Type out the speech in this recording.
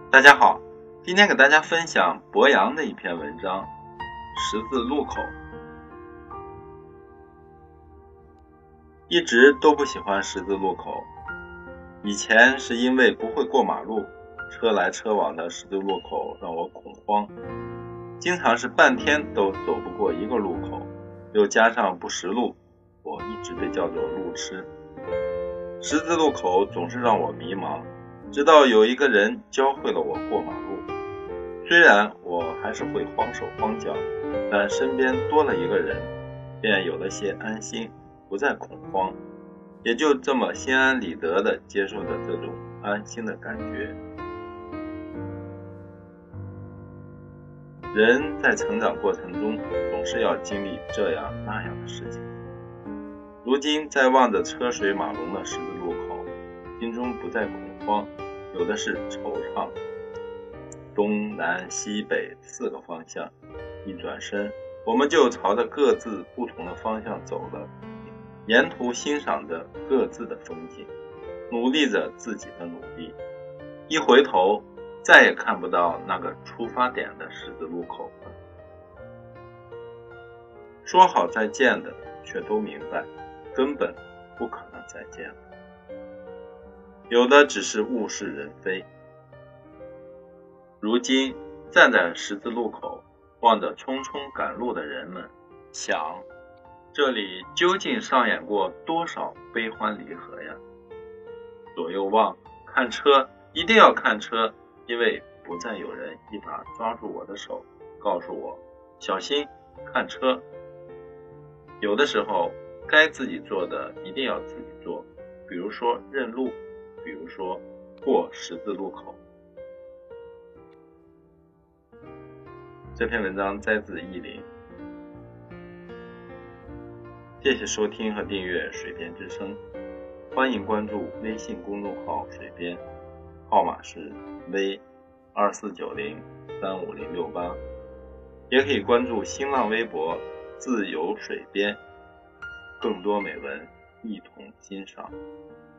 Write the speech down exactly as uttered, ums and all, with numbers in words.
大家好，今天给大家分享博洋的一篇文章，十字路口。一直都不喜欢十字路口，以前是因为不会过马路，车来车往的十字路口让我恐慌，经常是半天都走不过一个路口，又加上不识路，我一直被叫做路痴。十字路口总是让我迷茫，直到有一个人教会了我过马路。虽然我还是会慌手慌脚，但身边多了一个人，便有了些安心，不再恐慌，也就这么心安理得地接受着这种安心的感觉。人在成长过程中总是要经历这样那样的事情，如今在望着车水马龙的十字路口，心中不再恐慌，有的是惆怅。东南西北四个方向，一转身我们就朝着各自不同的方向走了，沿途欣赏着各自的风景，努力着自己的努力。一回头再也看不到那个出发点的十字路口了。说好再见的却都明白根本不可能再见了，有的只是物是人非。如今站在十字路口，望着匆匆赶路的人们，想这里究竟上演过多少悲欢离合呀？左右望，看车，一定要看车，因为不再有人一把抓住我的手，告诉我小心看车。有的时候该自己做的一定要自己做，比如说认路，比如说过十字路口。这篇文章摘自意林。谢谢收听和订阅水边之声，欢迎关注微信公众号水边，号码是 V 二四九零三五零六八，也可以关注新浪微博自由水边，更多美文一同欣赏。